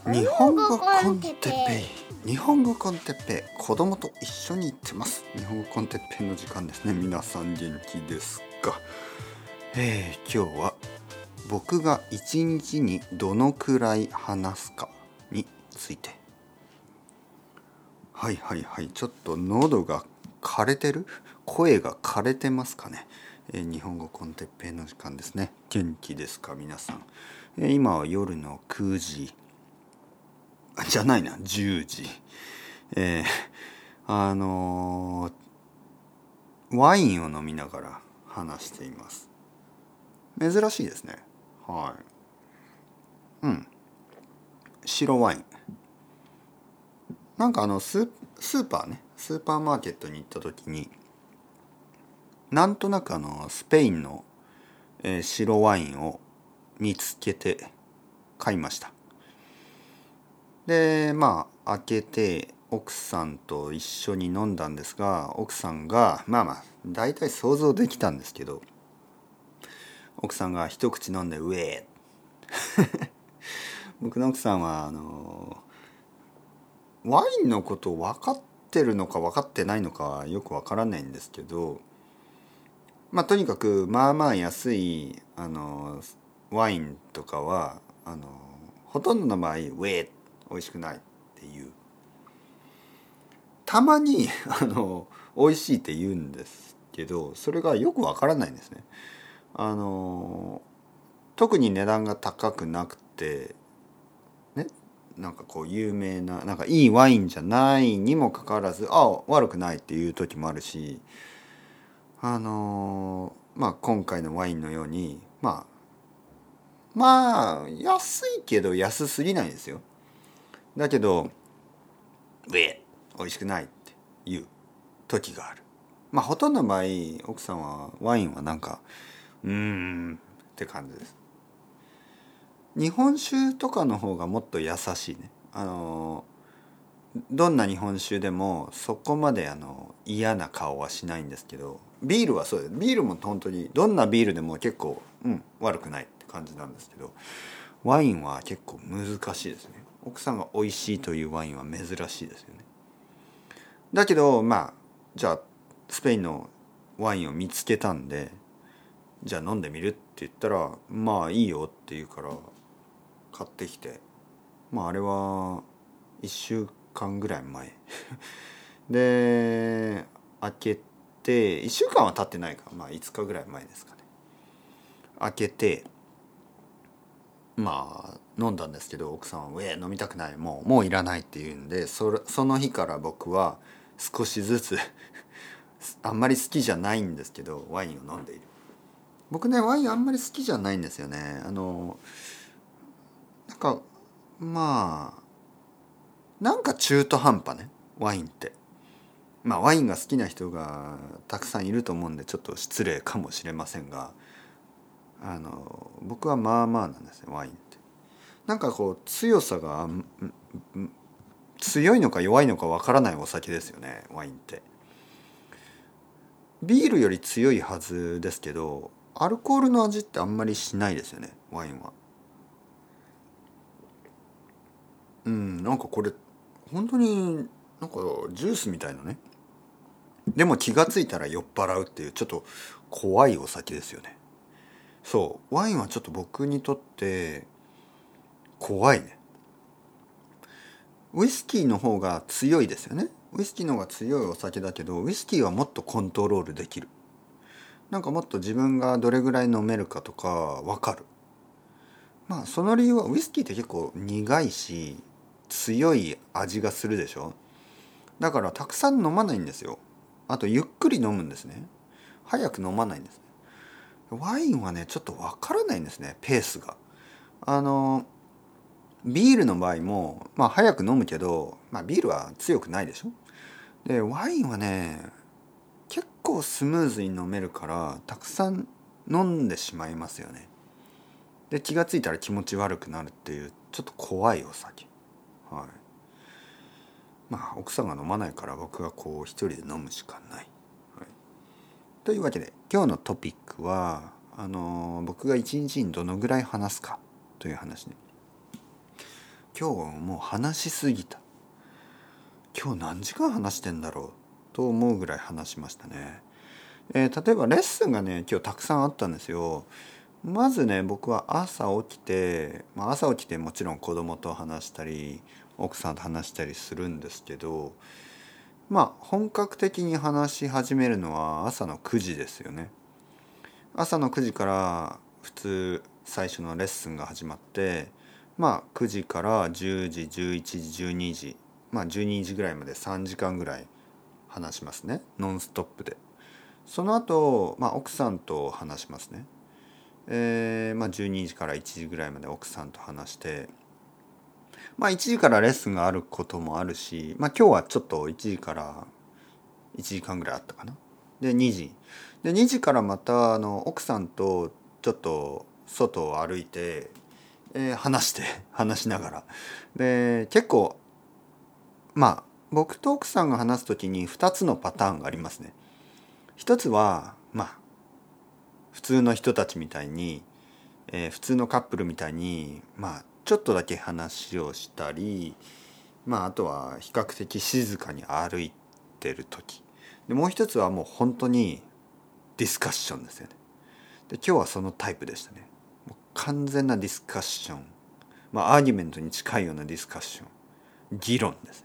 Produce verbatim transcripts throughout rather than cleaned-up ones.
日本語コンテッペイ日本語コンテッペイ子供と一緒に行ってます。日本語コンテッペイの時間ですね。皆さん元気ですか？えー、今日は僕が一日にどのくらい話すかについて。はいはいはいちょっと喉が枯れてる声が枯れてますかね。えー、日本語コンテッペイの時間ですね。元気ですか皆さん。えー、今は夜のくじじゃないなじゅうじ、えー、あのー、ワインを飲みながら話しています。珍しいですね。はいうん白ワインなんかあのススーパーねスーパーマーケットに行った時になんとなくあのスペインの、えー、白ワインを見つけて買いました。でまあ開けて奥さんと一緒に飲んだんですが、奥さんがまあまあ大体想像できたんですけど、奥さんが一口飲んで「ウェー」僕の奥さんはあのワインのことを分かってるのか分かってないのかよく分からないんですけど、まあとにかくまあまあ安いあのワインとかはあのほとんどの場合「ウェー」美味しくないっていう。たまにあの美味しいって言うんですけど、それがよくわからないんですね。あの特に値段が高くなくてね、なんかこう有名ななんかいいワインじゃないにもかかわらず、あ悪くないっていう時もあるし、あのまあ今回のワインのようにまあまあ安いけど安すぎないんですよ。だけどウェッ美味しくないっていう時がある。まあほとんどの場合奥さんはワインはなんかうーんって感じです。日本酒とかの方がもっと優しいね。あのどんな日本酒でもそこまであの嫌な顔はしないんですけど、ビールはそうです。ビールも本当にどんなビールでも結構うん悪くないって感じなんですけど、ワインは結構難しいですね。奥さんが美味しいというワインは珍しいですよね。だけどまあじゃあスペインのワインを見つけたんで、じゃあ飲んでみるって言ったらまあいいよって言うから買ってきて、まああれはいっしゅうかんぐらい前で開けて、いっしゅうかんは経ってないか、まあいつかぐらい前ですかね。開けてまあ飲んだんですけど、奥さんは「ウェー飲みたくない、もうもういらない」って言うんで、それその日から僕は少しずつあんまり好きじゃないんですけどワインを飲んでいる。僕ねワインあんまり好きじゃないんですよね。あのなんかまあなんか中途半端ねワインって。まあワインが好きな人がたくさんいると思うんでちょっと失礼かもしれませんが、あの僕はまあまあなんですねワインって。なんかこう強さが強いのか弱いのかわからないお酒ですよねワインって。ビールより強いはずですけどアルコールの味ってあんまりしないですよねワインは。うんなんかこれ本当になんかジュースみたいなね。でも気がついたら酔っ払うっていうちょっと怖いお酒ですよね。そうワインはちょっと僕にとって怖いね。ウイスキーの方が強いですよね。ウイスキーの方が強いお酒だけどウイスキーはもっとコントロールできる。なんかもっと自分がどれぐらい飲めるかとかわかる。まあその理由はウイスキーって結構苦いし強い味がするでしょ。だからたくさん飲まないんですよ。あとゆっくり飲むんですね。早く飲まないんですね。ワインはねちょっとわからないんですねペースが。あのビールの場合もまあ早く飲むけど、まあ、ビールは強くないでしょ。でワインはね結構スムーズに飲めるからたくさん飲んでしまいますよね。で気がついたら気持ち悪くなるっていうちょっと怖いお酒。はい。まあ奥さんが飲まないから僕がこう一人で飲むしかない。はい、というわけで今日のトピックはあのー僕が一日にどのぐらい話すかという話ね。 今日もう話しすぎた、今日何時間話してんだろうと思うぐらい話しましたね。えー、例えばレッスンがね今日たくさんあったんですよ。まずね僕は朝起きて、まあ、朝起きてもちろん子供と話したり奥さんと話したりするんですけど、まあ本格的に話し始めるのは朝のくじですよね。朝のくじから普通最初のレッスンが始まって、まあくじからじゅうじじゅういちじじゅうにじ、まあじゅうにじぐらいまでさんじかんぐらい話しますね、ノンストップで。その後、まあ奥さんと話しますね。えー、まあじゅうにじからいちじぐらいまで奥さんと話して、まあいちじからレッスンがあることもあるし、まあ今日はちょっといちじからいちじかんぐらいあったかな。でにじでにじからまたあの奥さんとちょっと外を歩いて、えー話して話しながらで結構、まあ僕と奥さんが話す時にふたつのパターンがありますね。一つはまあ普通の人たちみたいに、えー普通のカップルみたいにまあちょっとだけ話をしたり、まああとは比較的静かに歩いてる時で、もう一つはもう本当にディスカッションですよね。で今日はそのタイプでしたね。もう完全なディスカッション、まあアーギュメントに近いようなディスカッション、議論です。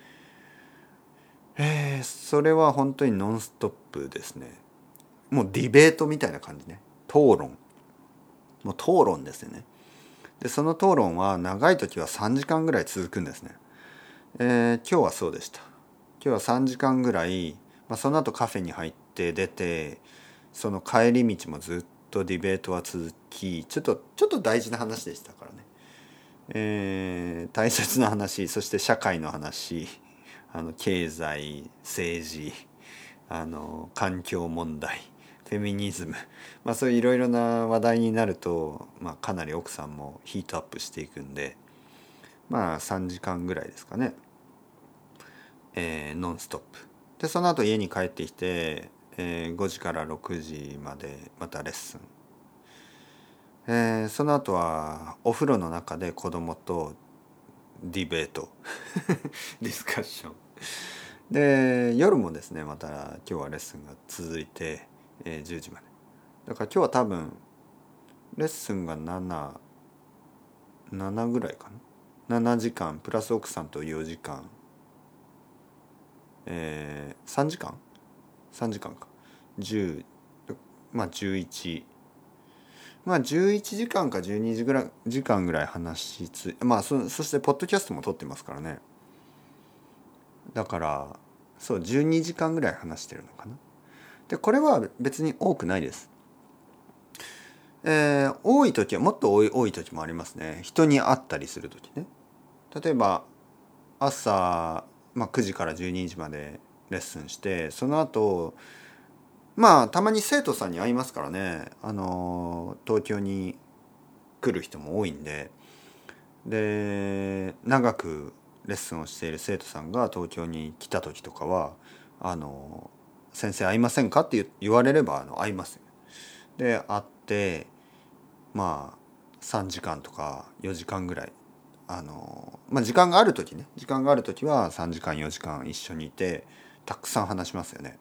えー、それは本当にノンストップですね。もうディベートみたいな感じね。討論、もう討論ですよね。でその討論は長い時はさんじかんぐらい続くんですね。えー、今日はそうでした。今日はさんじかんぐらい、まあ、その後カフェに入って出て、その帰り道もずっとディベートは続き、ちょっとちょっと大事な話でしたからね。えー、大切な話、そして社会の話、あの経済、政治、あの環境問題、フェミニズム、まあそういういろいろな話題になると、まあ、かなり奥さんもヒートアップしていくんで、まあさんじかんぐらいですかね、えー、ノンストップで、その後家に帰ってきて、えー、ごじからろくじまでまたレッスン、えー、その後はお風呂の中で子供とディベートディスカッションで、夜もですねまた今日はレッスンが続いて、えー、じゅうじまでだから今日は多分レッスンがなな、ななぐらいかな、ななじかんプラス奥さんとよじかん、えー、さんじかんさんじかんか、じゅう、まあじゅういち、まあじゅういちじかんかじゅうにじぐらい時間ぐらい話しつ、まあそそしてポッドキャストも撮ってますからね。だからそうじゅうにじかんぐらい話してるのかな。でこれは別に多くないです。えー、多い時はもっと多い多い時もありますね。人に会ったりする時ね。例えば朝、まあ、くじからじゅうにじまでレッスンして、その後まあたまに生徒さんに会いますからね。あの東京に来る人も多いんで、で長くレッスンをしている生徒さんが東京に来た時とかはあの先生会いませんかって言われればあの会いますよ。で会ってまあさんじかんとかよじかんぐらい、あのまあ時間がある時ね、時間がある時はさんじかんよじかん一緒にいてたくさん話しますよね。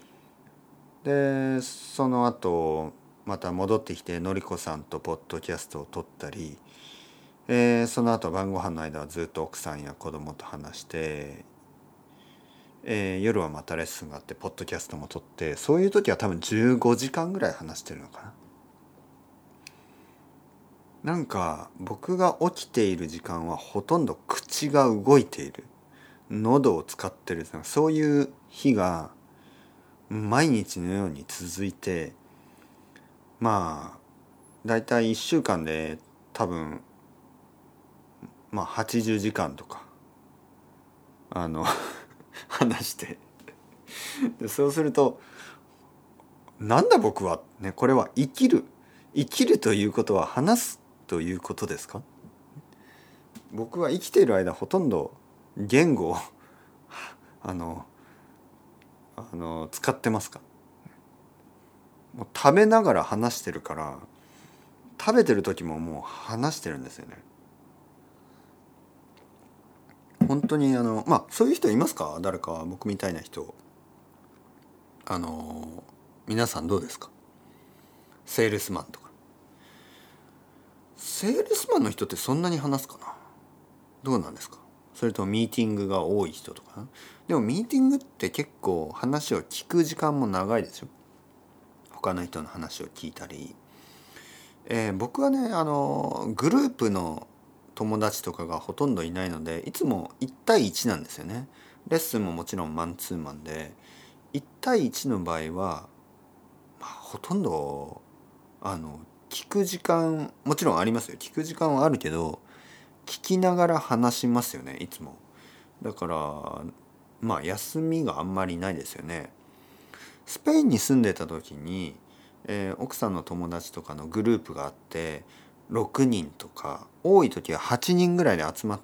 でその後また戻ってきてのりこさんとポッドキャストを撮ったり、えー、その後晩ご飯の間はずっと奥さんや子供と話して、えー、夜はまたレッスンがあってポッドキャストも撮って、そういう時は多分じゅうごじかんぐらい話してるのかな。なんか僕が起きている時間はほとんど口が動いている、喉を使ってる、そういう日が毎日のように続いて、まあだいたいいっしゅうかんで多分まあはちじゅうじかんとかあの話してでそうするとなんだ僕はね、これは生きる生きるということは話すということですか。僕は生きている間ほとんど言語をあのあの使ってますか。もう食べながら話してるから、食べてる時ももう話してるんですよね。 本当にあのまあそういう人いますか？誰か僕みたいな人。あの皆さんどうですか？セールスマンとか。セールスマンの人ってそんなに話すかな？どうなんですか？それともミーティングが多い人とかな。でもミーティングって結構話を聞く時間も長いですよ。他の人の話を聞いたり、えー僕はねあのグループの友達とかがほとんどいないので、いつもいち対いちなんですよね。レッスンももちろんマンツーマンで、いち対いちの場合は、まあ、ほとんどあの聞く時間もちろんありますよ。聞く時間はあるけど、聞きながら話しますよね、いつも。だからまあ休みがあんまりないですよね。スペインに住んでた時に、えー奥さんの友達とかのグループがあって、ろくにんとか多い時ははちにんぐらいで集まって、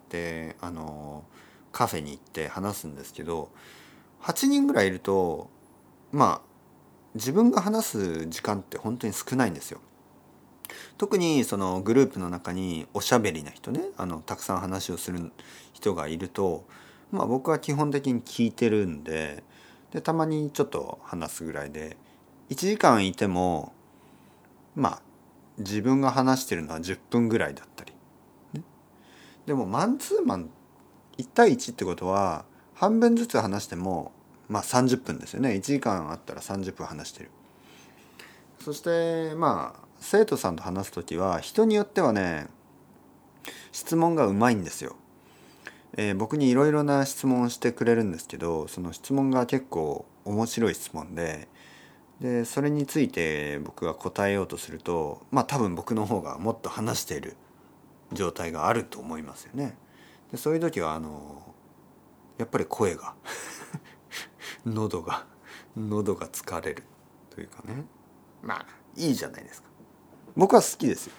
あのカフェに行って話すんですけど、はちにんぐらいいるとまあ自分が話す時間って本当に少ないんですよ。特にそのグループの中におしゃべりな人ね、あのたくさん話をする人がいると、まあ僕は基本的に聞いてるんで、でたまにちょっと話すぐらいで、いちじかんいてもまあ自分が話してるのはじゅっぷんぐらいだったり、ね、でもマンツーマンいち対いちってことは半分ずつ話してもまあさんじゅっぷんですよね。いちじかんあったらさんじゅっぷん話してる。そしてまあ生徒さんと話す時は人によってはね、質問がうまいんですよ。えー僕にいろいろな質問をしてくれるんですけど、その質問が結構面白い質問で、でそれについて僕が答えようとすると、まあ多分僕の方がもっと話している状態があると思いますよね。でそういう時はあのやっぱり声が喉が喉が疲れるというかね、まあいいじゃないですか。僕は好きですよ。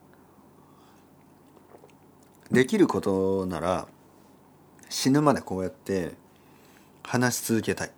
できることなら死ぬまでこうやって話し続けたい。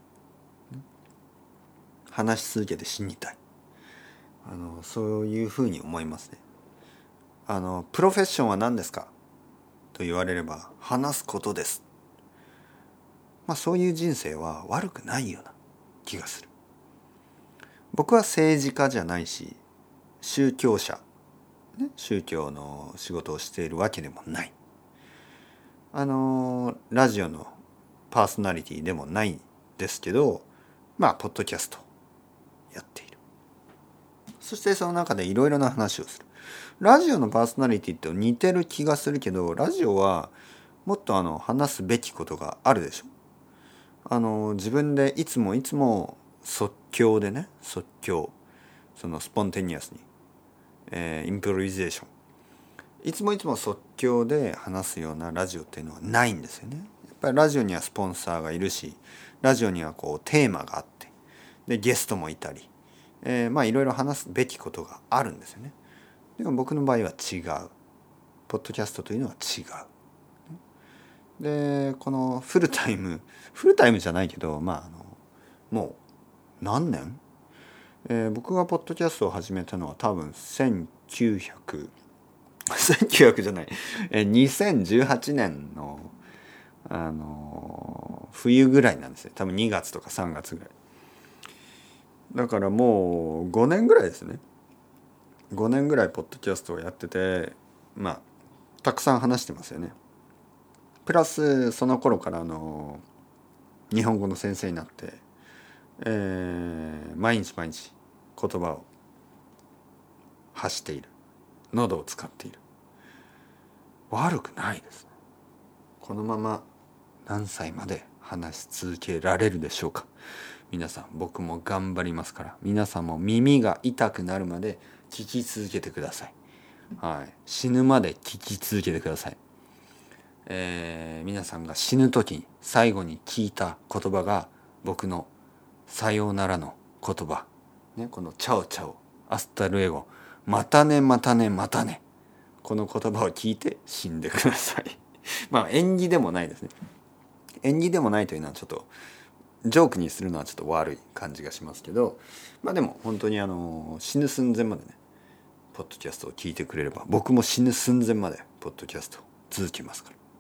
話し続けて死にたい。あのそういうふうに思いますね。あのプロフェッションは何ですかと言われれば話すことです。まあそういう人生は悪くないような気がする。僕は政治家じゃないし宗教者、ね、宗教の仕事をしているわけでもない。あのラジオのパーソナリティでもないですけど、まあポッドキャストやっている。そしてその中でいろいろな話をする。ラジオのパーソナリティと似てる気がするけど、ラジオはもっとあの話すべきことがあるでしょ。あの自分でいつもいつも即興でね、即興、そのスポンテニアスに、えー、インプロビゼーション、いつもいつも即興で話すようなラジオっていうのはないんですよね。やっぱりラジオにはスポンサーがいるし、ラジオにはこうテーマがあって、でゲストもいたり、えー、まあいろいろ話すべきことがあるんですよね。でも僕の場合は違う。ポッドキャストというのは違う。でこのフルタイムフルタイムじゃないけど、まああのもう何年、えー僕がポッドキャストを始めたのは多分せんきゅうひゃく せんきゅうひゃくじゃない、えー、にせんじゅうはちねんのあの冬ぐらいなんですよ。多分にがつとかさんがつぐらいだから、もうごねんぐらいですね。ごねんぐらいポッドキャストをやってて、まあたくさん話してますよね。プラスその頃からあの日本語の先生になって、えー毎日毎日言葉を発している。喉を使っている。悪くないですね。このまま何歳まで話し続けられるでしょうか。皆さん、僕も頑張りますから、皆さんも耳が痛くなるまで聞き続けてください。はい、死ぬまで聞き続けてください。えー皆さんが死ぬ時に最後に聞いた言葉が僕のさようならの言葉、ね、このチャオチャオ、アスタルエゴ、またねまたねまたね、この言葉を聞いて死んでください。まあ縁起でもないですね。縁起でもないというのはちょっとジョークにするのはちょっと悪い感じがしますけど、まあでも本当にあの死ぬ寸前までねポッドキャストを聞いてくれれば、僕も死ぬ寸前までポッドキャストを続けますから、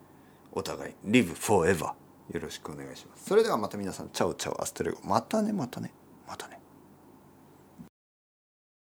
お互い Live forever よろしくお願いします。それではまた皆さん、チャオチャオアストレゴ、またねまたね。